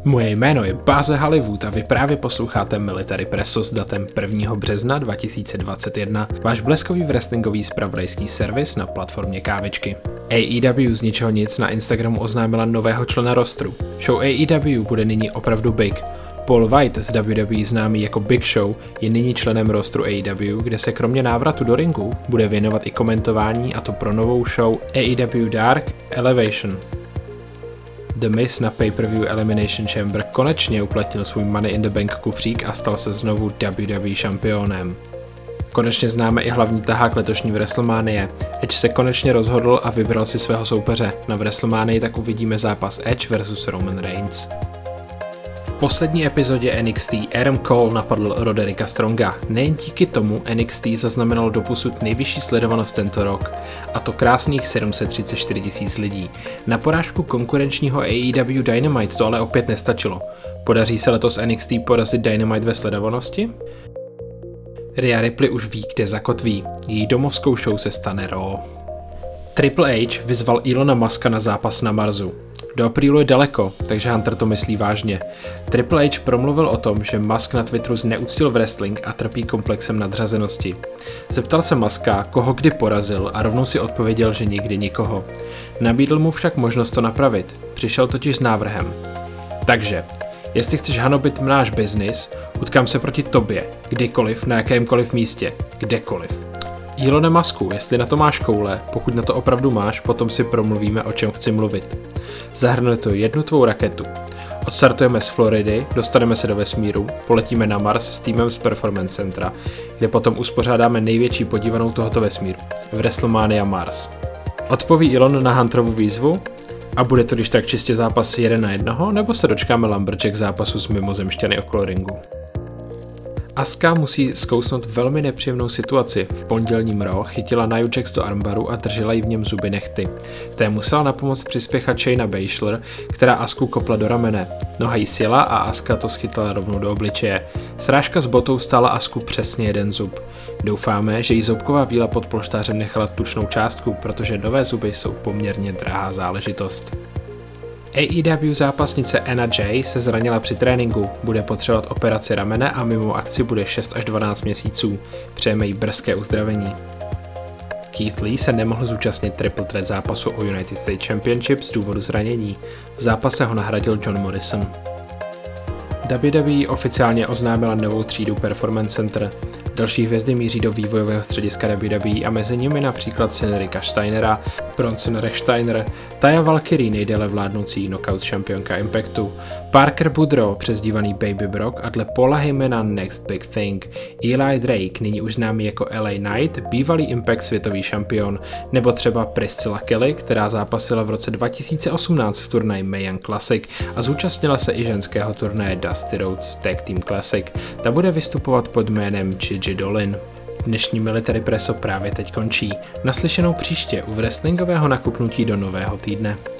Moje jméno je Báze Hollywood a vy právě posloucháte Military Presso s datem 1. března 2021, váš bleskový wrestlingový zpravodajský servis na platformě Kávičky. AEW z ničeho nic na Instagramu oznámila nového člena rostru. Show AEW bude nyní opravdu big. Paul White z WWE známý jako Big Show je nyní členem rostru AEW, kde se kromě návratu do ringu bude věnovat i komentování, a to pro novou show AEW Dark Elevation. The Miz na pay-per-view Elimination Chamber konečně uplatnil svůj Money in the Bank kufřík a stal se znovu WWE šampionem. Konečně známe i hlavní tahák letošní WrestleManie. Edge se konečně rozhodl a vybral si svého soupeře. Na WrestleManii tak uvidíme zápas Edge vs Roman Reigns. V poslední epizodě NXT Adam Cole napadl Rodericka Stronga. Nejen díky tomu NXT zaznamenalo doposud nejvyšší sledovanost tento rok, a to krásných 734 000 lidí. Na porážku konkurenčního AEW Dynamite to ale opět nestačilo. Podaří se letos NXT porazit Dynamite ve sledovanosti? Rhea Ripley už ví, kde zakotví. Její domovskou show se stane Raw. Triple H vyzval Elona Muska na zápas na Marsu. Do aprílu je daleko, takže Hunter to myslí vážně. Triple H promluvil o tom, že Musk na Twitteru zneuctil wrestling a trpí komplexem nadřazenosti. Zeptal se Muska, koho kdy porazil, a rovnou si odpověděl, že nikdy nikoho. Nabídl mu však možnost to napravit. Přišel totiž s návrhem. Takže, jestli chceš hanobit náš biznis, utkám se proti tobě, kdykoliv, na jakémkoliv místě, kdekoliv. Elone Musku, jestli na to máš koule, pokud na to opravdu máš, potom si promluvíme, o čem chci mluvit. Zahrnuje to jednu tvou raketu. Odstartujeme z Floridy, dostaneme se do vesmíru, poletíme na Mars s týmem z Performance Centra, kde potom uspořádáme největší podívanou tohoto vesmíru, WrestleMania Mars. Odpoví Elon na Hunterovu výzvu? A bude to když tak čistě zápas 1 na 1, nebo se dočkáme Lumberjack zápasu s mimozemšťany okolo ringu? Asuka musí zkousnout velmi nepříjemnou situaci. V pondělním Raw chytila Nia Jax do armbaru a držela jí v něm zuby nehty. Té musela napomoct přispěchat Shayna Baszler, která Asku kopla do ramene. Noha jí sjela a Asuka to schytala rovnou do obličeje. Srážka s botou stála Asku přesně jeden zub. Doufáme, že jí zoubková víla pod polštářem nechala tučnou částku, protože nové zuby jsou poměrně drahá záležitost. AEW zápasnice Anna Jay se zranila při tréninku, bude potřebovat operaci ramene a mimo akci bude 6 až 12 měsíců. Přejeme jí brzké uzdravení. Keith Lee se nemohl zúčastnit Triple Threat zápasu o United States Championship z důvodu zranění. V zápase ho nahradil John Morrison. WWE oficiálně oznámila novou třídu Performance Center. Další hvězdy míří do vývojového střediska WWE a mezi nimi například syn Ricka Steinera, Bronson Rechsteiner, Taya Valkyrie, nejdéle vládnoucí knockout šampionka Impactu, Parker Boudreaux, přezdívaný Baby Brock, a dle Paula Heymana Next Big Thing, Eli Drake, nyní už známý jako LA Knight, bývalý Impact světový šampion, nebo třeba Priscilla Kelly, která zápasila v roce 2018 v turnaji Mae Young Classic a zúčastnila se i ženského turnaje Dusty Rhodes Tag Team Classic. Ta bude vystupovat pod jménem Gigi Dolin. Dnešní Military Presso právě teď končí. Naslyšenou příště u wrestlingového nakupnutí do nového týdne.